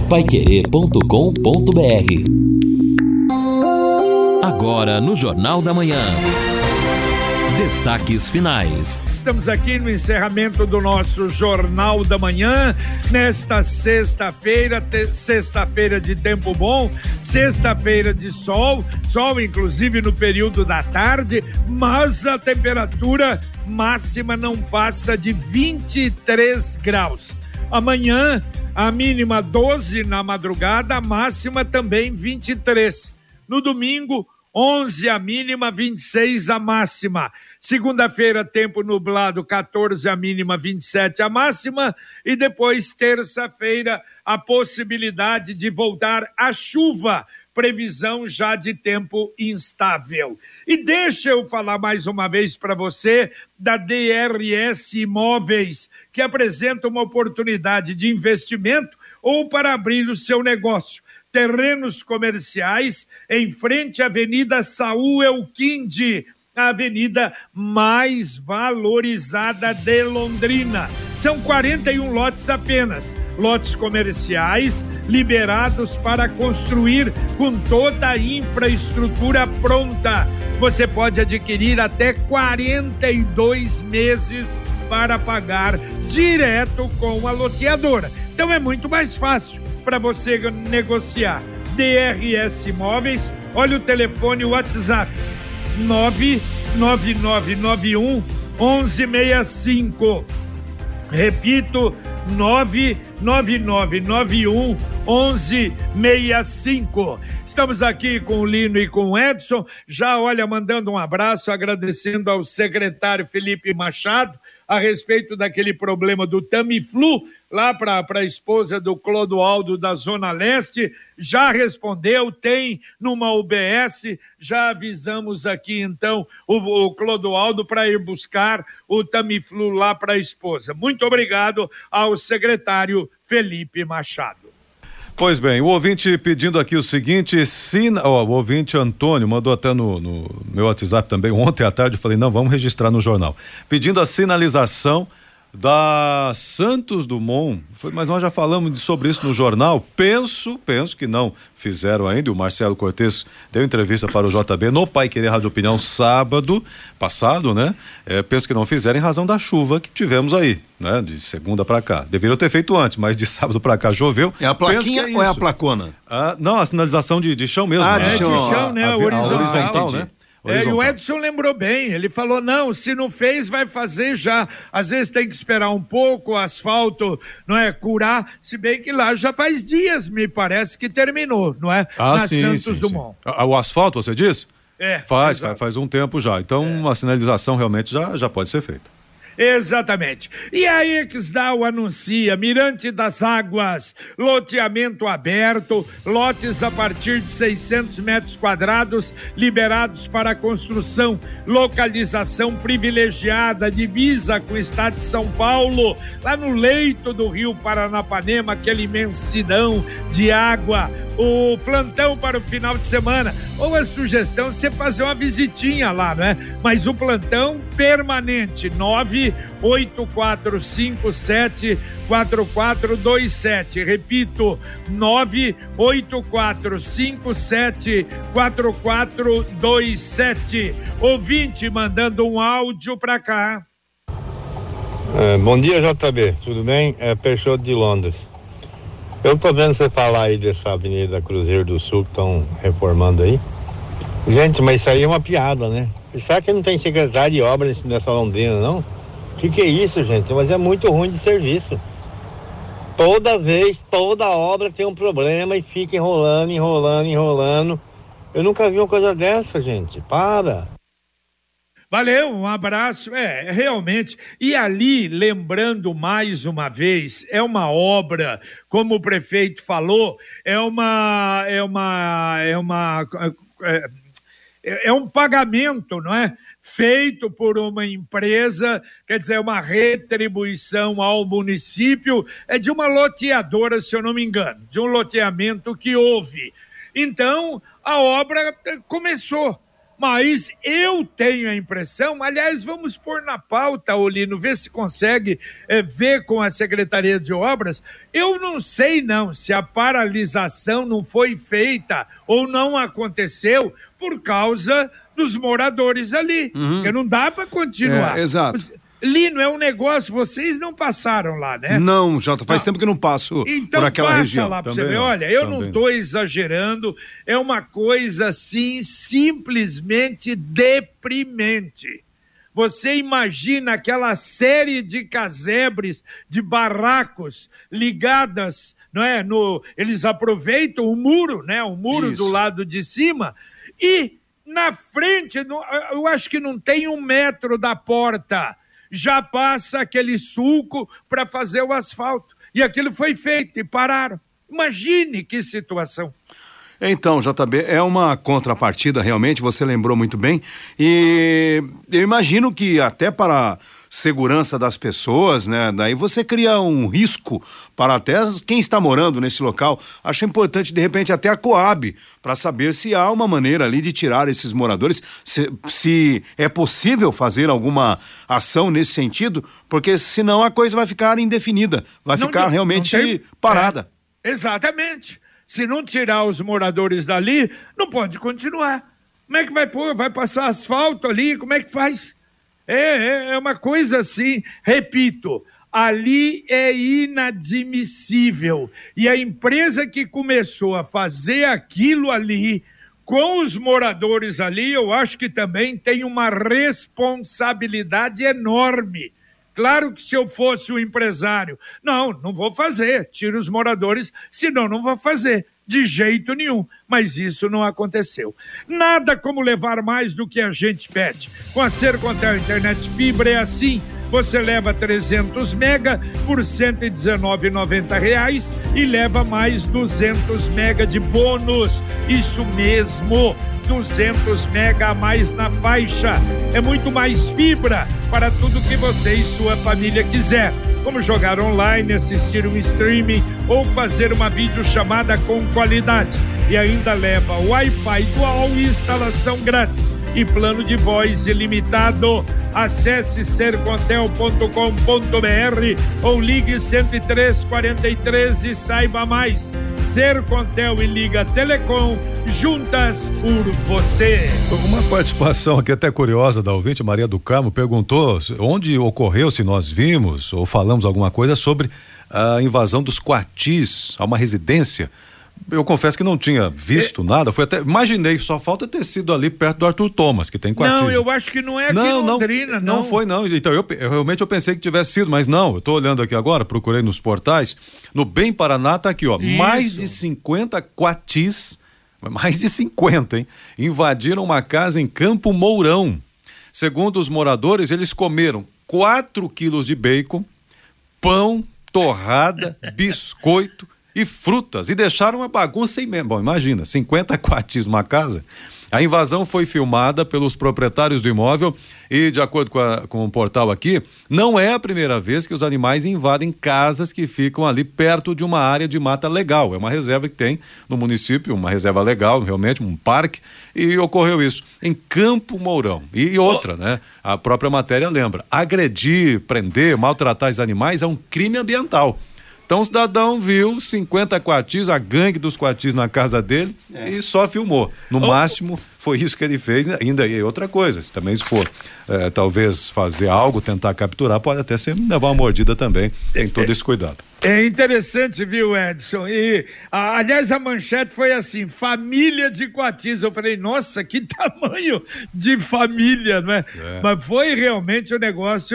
paiquerê.com.br. Agora no Jornal da Manhã. Destaques finais. Estamos aqui no encerramento do nosso Jornal da Manhã, nesta sexta-feira, sexta-feira de tempo bom, sexta-feira de sol inclusive no período da tarde, mas a temperatura máxima não passa de 23 graus. Amanhã, a mínima 12 na madrugada, a máxima também 23. No domingo, 11 a mínima, 26 a máxima. Segunda-feira, tempo nublado, 14 a mínima, 27 a máxima. E depois, terça-feira, a possibilidade de voltar a chuva. Previsão já de tempo instável. E deixa eu falar mais uma vez para você da DRS Imóveis, que apresenta uma oportunidade de investimento ou para abrir o seu negócio. Terrenos comerciais em frente à Avenida Saúl Elquinde, a avenida mais valorizada de Londrina. São 41 lotes apenas, lotes comerciais liberados para construir com toda a infraestrutura pronta. Você pode adquirir até 42 meses para pagar direto com a loteadora. Então é muito mais fácil para você negociar. DRS Imóveis, olha o telefone, o WhatsApp, 99991 1165. Repito, 99991 1165. Estamos aqui com o Lino e com o Edson. Já, olha, mandando um abraço, agradecendo ao secretário Felipe Machado a respeito daquele problema do Tamiflu, lá para a esposa do Clodoaldo da Zona Leste. Já respondeu, tem numa UBS, já avisamos aqui então o Clodoaldo para ir buscar o Tamiflu lá para a esposa. Muito obrigado ao secretário Felipe Machado. Pois bem, o ouvinte pedindo aqui o seguinte, o ouvinte Antônio mandou até no meu WhatsApp também, ontem à tarde, eu falei, não, vamos registrar no jornal, pedindo a sinalização da Santos Dumont, mas nós já falamos sobre isso no jornal, penso que não fizeram ainda. O Marcelo Cortes deu entrevista para o JB no Pai Querer Rádio Opinião sábado passado, né? Penso que não fizeram em razão da chuva que tivemos aí, né? De segunda para cá, deveriam ter feito antes, mas de sábado para cá choveu. É a plaquinha ou é a placona? Não, a sinalização de chão mesmo. De chão, né? Horizontal, né? E o Edson lembrou bem, ele falou, não, se não fez, vai fazer já. Às vezes tem que esperar um pouco, o asfalto, não é, curar, se bem que lá já faz dias, me parece, que terminou, não é? Santos Dumont. Sim. O asfalto, você diz? Faz um tempo já. Então, a sinalização realmente já pode ser feita. Exatamente. E a Exdal anuncia Mirante das Águas, loteamento aberto, lotes a partir de 600 metros quadrados liberados para construção, localização privilegiada, divisa com o estado de São Paulo, lá no leito do rio Paranapanema, aquela imensidão de água. O plantão para o final de semana, ou a sugestão, você fazer uma visitinha lá, né? Mas o plantão permanente, 98457-4427, repito, 98457-4427, ouvinte mandando um áudio para cá. Bom dia, JB, tudo bem? Peixoto de Londres. Eu tô vendo você falar aí dessa Avenida Cruzeiro do Sul que estão reformando aí. Gente, mas isso aí é uma piada, né? Será que não tem secretário de obras nessa Londrina, não? Que é isso, gente? Mas é muito ruim de serviço. Toda vez, toda obra tem um problema e fica enrolando. Eu nunca vi uma coisa dessa, gente. Para! Valeu, um abraço. Realmente. E ali, lembrando mais uma vez, é uma obra, como o prefeito falou, é um pagamento, não é? Feito por uma empresa, quer dizer, uma retribuição ao município, é de uma loteadora, se eu não me engano, de um loteamento que houve. Então, a obra começou. Mas eu tenho a impressão, aliás, vamos pôr na pauta, Olino, ver se consegue ver com a Secretaria de Obras. Eu não sei não se a paralisação não foi feita ou não aconteceu por causa dos moradores ali, porque não dá para continuar. Exato. Lino, é um negócio, vocês não passaram lá, né? Não, Jota, faz tempo que não passo por aquela região. Lá pra você ver. Olha, eu não estou exagerando, é uma coisa assim simplesmente deprimente. Você imagina aquela série de casebres, de barracos ligadas, não é? Eles aproveitam o muro, né? O muro do lado de cima e na frente, eu acho que não tem 1 metro da porta, já passa aquele sulco para fazer o asfalto. E aquilo foi feito e pararam. Imagine que situação. Então, JB, é uma contrapartida, realmente, você lembrou muito bem, e eu imagino que até para segurança das pessoas, né, daí você cria um risco para até quem está morando nesse local. Acho importante, de repente, até a Coab, para saber se há uma maneira ali de tirar esses moradores, se é possível fazer alguma ação nesse sentido, porque senão a coisa vai ficar indefinida, vai ficar realmente parada. Exatamente. Se não tirar os moradores dali, não pode continuar. Como é que vai pôr? Vai passar asfalto ali? Como é que faz? É uma coisa assim, repito, ali é inadmissível. E a empresa que começou a fazer aquilo ali, com os moradores ali, eu acho que também tem uma responsabilidade enorme. Claro que se eu fosse o empresário, não vou fazer, tiro os moradores, senão não vou fazer, de jeito nenhum. Mas isso não aconteceu. Nada como levar mais do que a gente pede. Com a Sercontel Internet Fibra é assim, você leva 300 mega por R$ 119,90 e leva mais 200 mega de bônus. Isso mesmo, 200 mega a mais na faixa. É muito mais fibra para tudo que você e sua família quiser, como jogar online, assistir um streaming ou fazer uma videochamada com qualidade. E ainda leva Wi-Fi dual e instalação grátis e plano de voz ilimitado. Acesse sercontel.com.br ou ligue 10343 e saiba mais. Sercontel e Liga Telecom, juntas por você. Uma participação aqui até curiosa da ouvinte, Maria do Carmo, perguntou onde ocorreu, se nós vimos ou falamos alguma coisa sobre a invasão dos Quatis a uma residência. Eu confesso que não tinha visto nada, foi até, imaginei, só falta ter sido ali perto do Arthur Thomas, que tem Quatis. Não, eu acho que não é aqui em Londrina, não. Não foi, não. Então, eu realmente eu pensei que tivesse sido, mas não, eu tô olhando aqui agora, procurei nos portais, no Bem Paraná tá aqui, ó, Isso. mais de 50 Quatis, mais de 50, hein? Invadiram uma casa em Campo Mourão. Segundo os moradores, eles comeram 4 quilos de bacon, pão, torrada, biscoito e frutas, e deixaram uma bagunça imensa. Bom, imagina, 50 Quatis numa casa. A invasão foi filmada pelos proprietários do imóvel e, de acordo com o portal aqui, não é a primeira vez que os animais invadem casas que ficam ali perto de uma área de mata legal. É uma reserva que tem no município, uma reserva legal, realmente, um parque, e ocorreu isso em Campo Mourão. E outra, né? A própria matéria lembra, agredir, prender, maltratar os animais é um crime ambiental. Então o cidadão viu 50 Quatis, a gangue dos Quatis na casa dele e só filmou. No máximo foi isso que ele fez. Ainda e outra coisa, se também se for talvez fazer algo, tentar capturar, pode até ser levar uma mordida também. Tem todo esse cuidado. É interessante, viu, Edson? E, aliás, a manchete foi assim, família de Quatis. Eu falei, nossa, que tamanho de família, não é? Mas foi realmente um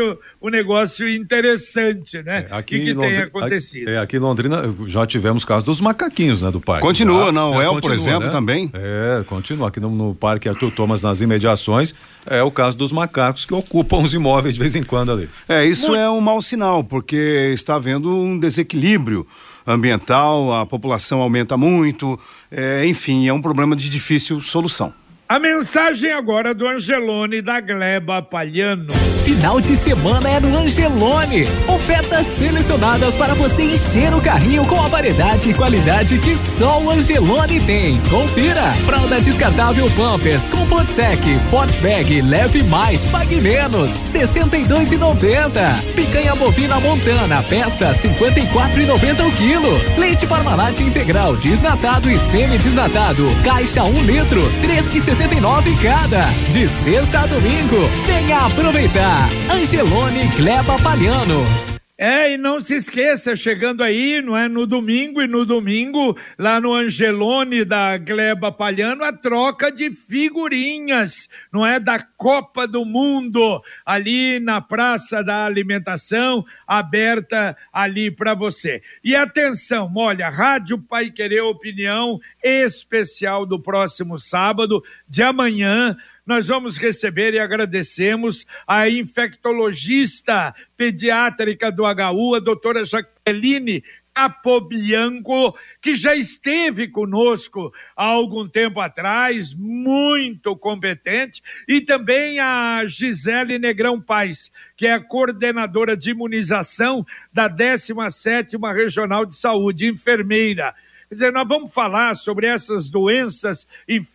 negócio interessante, né? Aqui que tem acontecido. Aqui em Londrina já tivemos caso dos macaquinhos, né, do parque. Continua, não, por exemplo, né? Também. Continua. Aqui no Parque Arthur Thomas, nas imediações, é o caso dos macacos que ocupam os imóveis de vez em quando ali. Isso é um mau sinal, porque está havendo um desequilíbrio ambiental, a população aumenta muito, enfim, é um problema de difícil solução. A mensagem agora do Angelone da Gleba Palhano. final de semana é no Angelone. Ofertas selecionadas para você encher o carrinho com a variedade e qualidade que só o Angelone tem. Confira! Fralda descartável Pampers, Comfort Sec, Port Bag, leve mais, pague menos, R$ 62,90. Picanha bovina Montana, peça R$ 54,90 o quilo. Leite Parmalat integral, desnatado e semi-desnatado, caixa 1 litro, R$ 3,79 cada. De sexta a domingo, venha aproveitar. Angelone Gleba Palhano. E não se esqueça, chegando aí, não é, no domingo, lá no Angelone da Gleba Palhano, a troca de figurinhas, não é, da Copa do Mundo, ali na Praça da Alimentação, aberta ali para você. E atenção, olha, Rádio Paiquerê Opinião especial do próximo sábado, de amanhã, nós vamos receber e agradecemos a infectologista pediátrica do HU, a doutora Jaqueline Capobianco, que já esteve conosco há algum tempo atrás, muito competente, e também a Gisele Negrão Paes, que é a coordenadora de imunização da 17ª Regional de Saúde, enfermeira. Quer dizer, nós vamos falar sobre essas doenças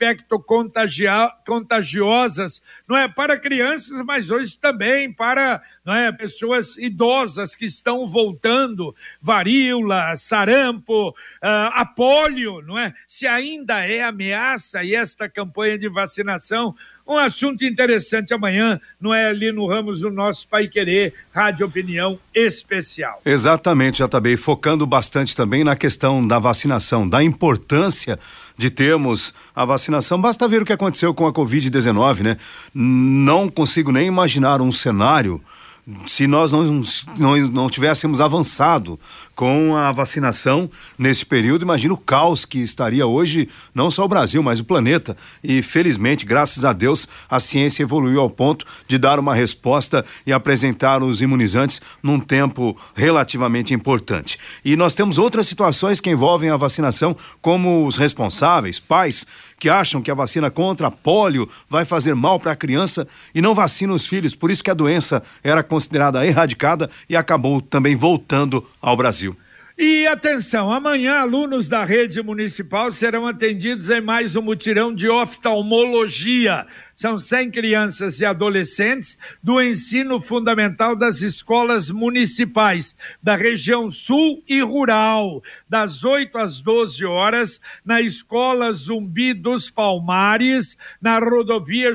infecto-contagiosas, não é, para crianças, mas hoje também para, não é, pessoas idosas que estão voltando, varíola, sarampo, a pólio, não é? Se ainda é ameaça e esta campanha de vacinação, um assunto interessante amanhã, não é, ali no Ramos do nosso Paiquerê, Rádio Opinião Especial. Exatamente, JB, focando bastante também na questão da vacinação, da importância de termos a vacinação. Basta ver o que aconteceu com a Covid-19, né? Não consigo nem imaginar um cenário se nós não tivéssemos avançado com a vacinação nesse período. Imagina o caos que estaria hoje, não só o Brasil, mas o planeta. E felizmente, graças a Deus, a ciência evoluiu ao ponto de dar uma resposta e apresentar os imunizantes num tempo relativamente importante. E nós temos outras situações que envolvem a vacinação, como os responsáveis, pais, que acham que a vacina contra a pólio vai fazer mal para a criança e não vacinam os filhos. Por isso que a doença era considerada erradicada e acabou também voltando ao Brasil. E atenção, amanhã alunos da rede municipal serão atendidos em mais um mutirão de oftalmologia. São 100 crianças e adolescentes do ensino fundamental das escolas municipais da região sul e rural, das 8 às 12 horas, na Escola Zumbi dos Palmares, na rodovia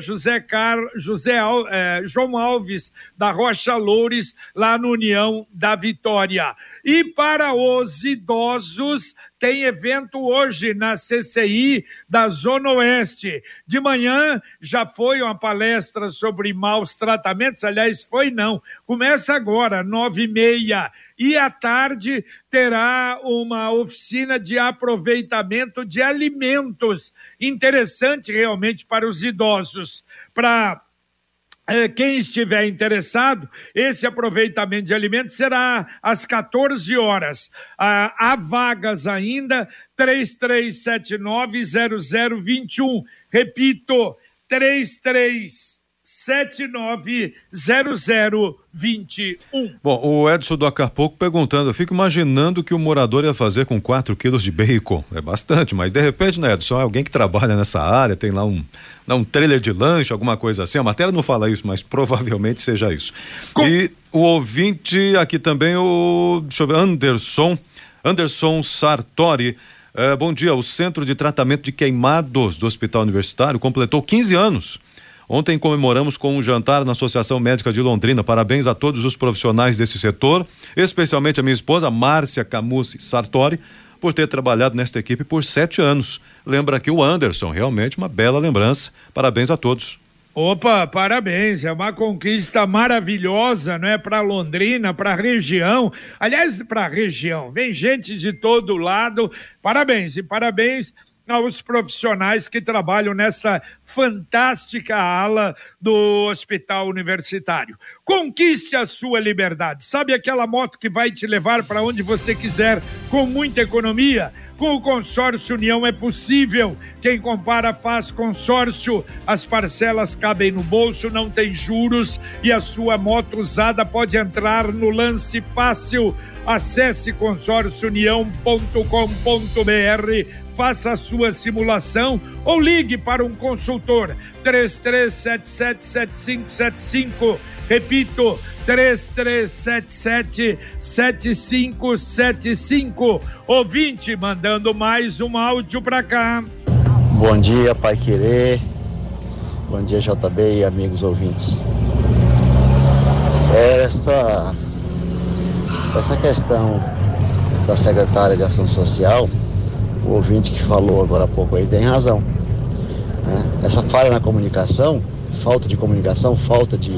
João Alves da Rocha Loures, lá no União da Vitória. E para os idosos, tem evento hoje na CCI da Zona Oeste. De manhã já foi uma palestra sobre maus tratamentos, aliás, começa agora, 9h30. E à tarde terá uma oficina de aproveitamento de alimentos, interessante realmente para os idosos, para quem estiver interessado, esse aproveitamento de alimentos será às 14 horas. Há vagas ainda, 3379-0021. Repito, 3379-0021. Bom, o Edson do Acapulco perguntando, eu fico imaginando o que o morador ia fazer com 4 quilos de bacon. É bastante, mas de repente, né, Edson, alguém que trabalha nessa área, tem lá um trailer de lanche, alguma coisa assim. A matéria não fala isso, mas provavelmente seja isso. E o ouvinte aqui também, deixa eu ver, Anderson Sartori. Bom dia, o Centro de Tratamento de Queimados do Hospital Universitário completou 15 anos. Ontem comemoramos com um jantar na Associação Médica de Londrina. Parabéns a todos os profissionais desse setor, especialmente a minha esposa, Márcia Camusi Sartori, por ter trabalhado nesta equipe por 7 anos. Lembra aqui o Anderson, realmente uma bela lembrança. Parabéns a todos. Opa, parabéns, é uma conquista maravilhosa, não é, para Londrina, para a região, aliás, para a região, vem gente de todo lado, parabéns, e parabéns aos profissionais que trabalham nessa fantástica ala do Hospital Universitário. Conquiste a sua liberdade. Sabe aquela moto que vai te levar para onde você quiser com muita economia? Com o Consórcio União é possível. Quem compara faz consórcio. As parcelas cabem no bolso, não tem juros e a sua moto usada pode entrar no lance fácil. Acesse consórciounião.com.br, faça a sua simulação ou ligue para um consultor 33777575. Repito, 33777575. Ouvinte mandando mais um áudio para cá. Bom dia, Pai Querer. Bom dia, JB e amigos ouvintes. Essa questão da secretária de Ação Social, o ouvinte que falou agora há pouco aí tem razão, né? Essa falha na comunicação, falta de comunicação, falta de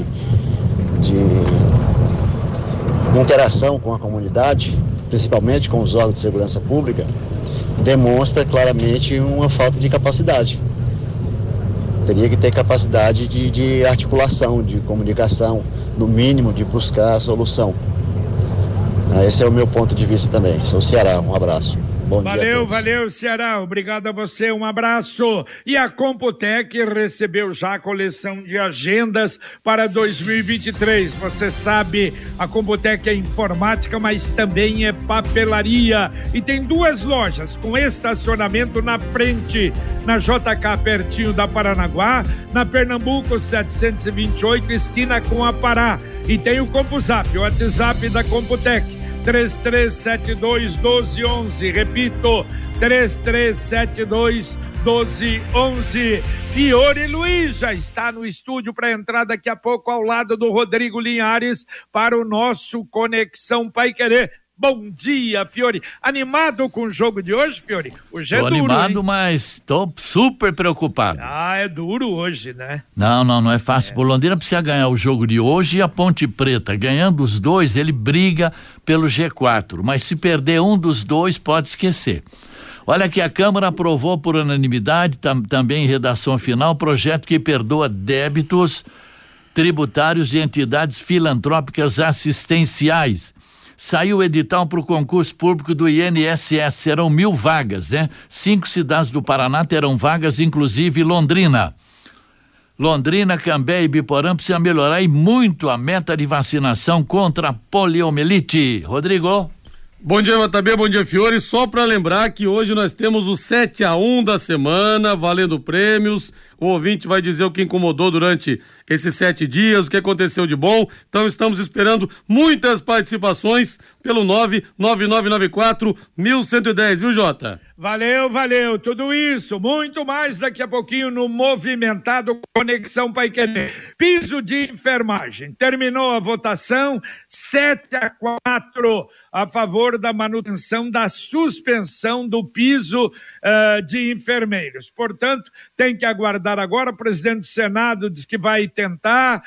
interação com a comunidade, principalmente com os órgãos de segurança pública, demonstra claramente uma falta de capacidade. Teria que ter capacidade de articulação, de comunicação, no mínimo de buscar a solução. Esse é o meu ponto de vista também. Sou o Ceará, um abraço. Bom dia a todos. Valeu, Ceará. Obrigado a você, um abraço. E a Computec recebeu já a coleção de agendas para 2023. Você sabe, a Computec é informática, mas também é papelaria. E tem 2 lojas com estacionamento na frente, na JK, pertinho da Paranaguá, na Pernambuco 728, esquina com a Pará. E tem o CompuZap, o WhatsApp da Computec. 3372-1211, repito, 3372-1211. Fiore Luiz já está no estúdio para entrar daqui a pouco ao lado do Rodrigo Linhares para o nosso Conexão Paiquerê. Bom dia, Fiore. Animado com o jogo de hoje, Fiore? Hoje é duro, animado, hein? Mas tô super preocupado. É duro hoje, né? Não é fácil. O Londrina precisa ganhar o jogo de hoje e a Ponte Preta. Ganhando os 2, ele briga pelo G4. Mas se perder um dos 2, pode esquecer. Olha que a Câmara aprovou por unanimidade, também em redação final, projeto que perdoa débitos tributários de entidades filantrópicas assistenciais. Saiu o edital para o concurso público do INSS, serão 1.000 vagas, né? 5 cidades do Paraná terão vagas, inclusive Londrina. Londrina, Cambé e Biporã precisam melhorar e muito a meta de vacinação contra a poliomielite. Rodrigo? Bom dia, JB, bom dia, Fiore. Só para lembrar que hoje nós temos o 7-1 da semana, valendo prêmios. O ouvinte vai dizer o que incomodou durante esses 7 dias, o que aconteceu de bom. Então estamos esperando muitas participações pelo 99994-1110, viu, Jota? Valeu, tudo isso, muito mais daqui a pouquinho no movimentado Conexão Paiquerê. Piso de enfermagem, terminou a votação, 7-4 a favor da manutenção da suspensão do piso de enfermeiros. Portanto, tem que aguardar agora. O presidente do Senado diz que vai tentar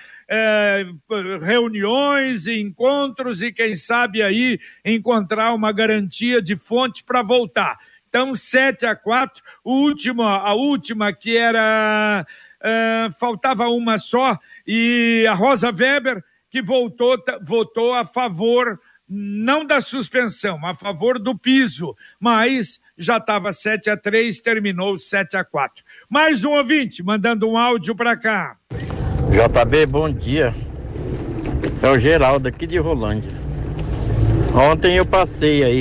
reuniões e encontros e quem sabe aí encontrar uma garantia de fonte para voltar. Então, 7-4, a última que era, faltava uma só, e a Rosa Weber, que votou a favor, não da suspensão, a favor do piso, mas já estava 7-3, terminou 7-4. Mais um ouvinte, mandando um áudio para cá. JB, bom dia. É o Geraldo aqui de Rolândia. Ontem eu passei aí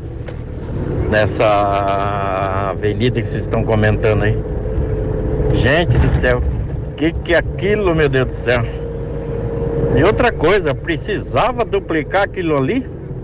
nessa avenida que vocês estão comentando aí. Gente do céu, que é aquilo, meu Deus do céu? E outra coisa, precisava duplicar aquilo ali?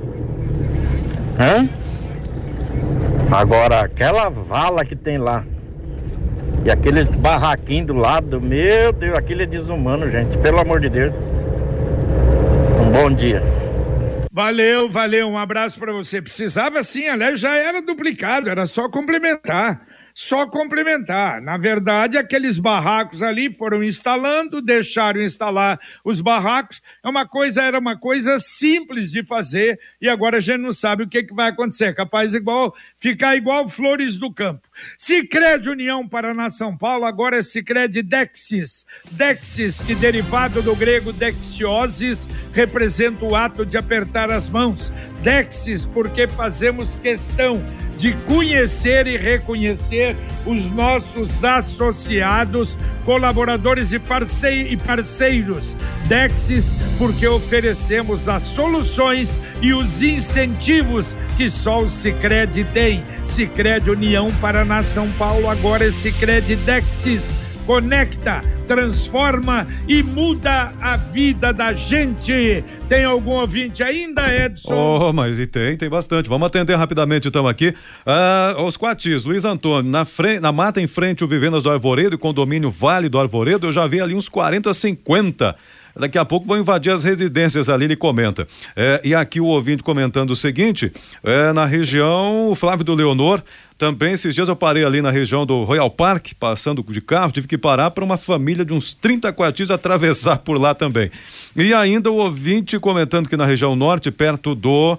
Agora, aquela vala que tem lá e aqueles barraquinhos do lado, meu Deus, aquilo é desumano, gente, pelo amor de Deus. Um bom dia. Valeu, um abraço para você. Precisava sim, aliás, já era duplicado, era só complementar. Só complementar, na verdade, aqueles barracos ali foram instalando, deixaram instalar os barracos, era uma coisa simples de fazer e agora a gente não sabe o que vai acontecer, capaz de ficar igual Flores do Campo. Sicredi União Paraná São Paulo, agora é Sicredi Dexis. Dexis, que derivado do grego dexiosis, representa o ato de apertar as mãos. Dexis, porque fazemos questão de conhecer e reconhecer os nossos associados, colaboradores e parceiros. Dexis, porque oferecemos as soluções e os incentivos que só o Sicredi tem. Sicredi União Paraná São Paulo, agora é Sicredi Dexis. Conecta, transforma e muda a vida da gente. Tem algum ouvinte ainda, Edson? Mas tem bastante. Vamos atender rapidamente, estamos aqui. Os Quatis, Luiz Antônio, na mata em frente ao Vivendas do Arvoredo e condomínio Vale do Arvoredo, eu já vi ali uns 40, 50. Daqui a pouco vão invadir as residências ali, ele comenta. E aqui o ouvinte comentando o seguinte, na região, o Flávio do Leonor, também esses dias eu parei ali na região do Royal Park, passando de carro, tive que parar para uma família de uns 30 Quatis atravessar por lá também. E ainda o ouvinte comentando que na região norte, perto do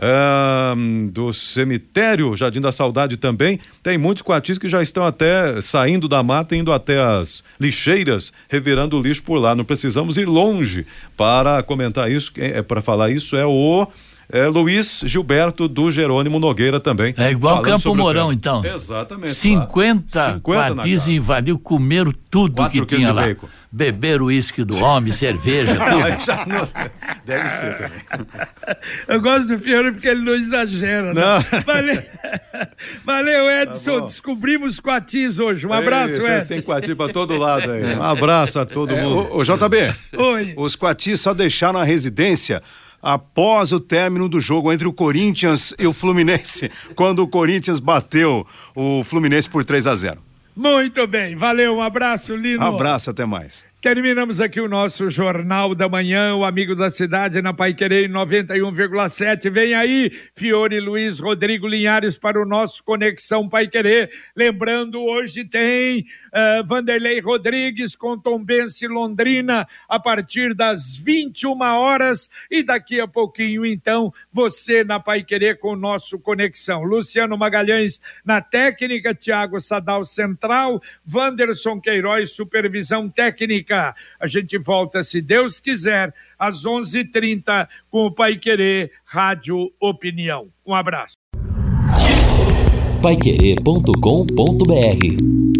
cemitério Jardim da Saudade também, tem muitos Quatis que já estão até saindo da mata, indo até as lixeiras, revirando o lixo por lá. Não precisamos ir longe para comentar isso, para falar isso é o Luiz Gilberto do Jerônimo Nogueira também. É igual Campo Mourão, então. Exatamente. 50 Quatis invadiu, comeram tudo que tinha lá. Bacon. Beberam uísque do homem, cerveja, tudo. Deve ser também. Eu gosto do Fiore porque ele não exagera. Não. Valeu, Edson. Tá, descobrimos Quatis hoje. Um abraço, Edson. Tem Quatis pra todo lado aí. Um abraço a todo mundo. Ô, JB. Oi. Os Quatis só deixaram a residência após o término do jogo entre o Corinthians e o Fluminense, quando o Corinthians bateu o Fluminense por 3-0. Muito bem, valeu, um abraço, Lino. Um abraço, até mais. Terminamos aqui o nosso Jornal da Manhã, o Amigo da Cidade na Paiquerê 91,7. Vem aí, Fiore Luiz Rodrigo Linhares para o nosso Conexão Paiquerê. Lembrando, hoje tem Vanderlei Rodrigues com Tombense Londrina a partir das 21 horas e daqui a pouquinho, então, você na Paiquerê com o nosso Conexão. Luciano Magalhães na técnica, Thiago Sadal Central, Wanderson Queiroz, supervisão técnica. A gente volta, se Deus quiser, às 11h30 com o Paiquerê Rádio Opinião. Um abraço. paiquerê.com.br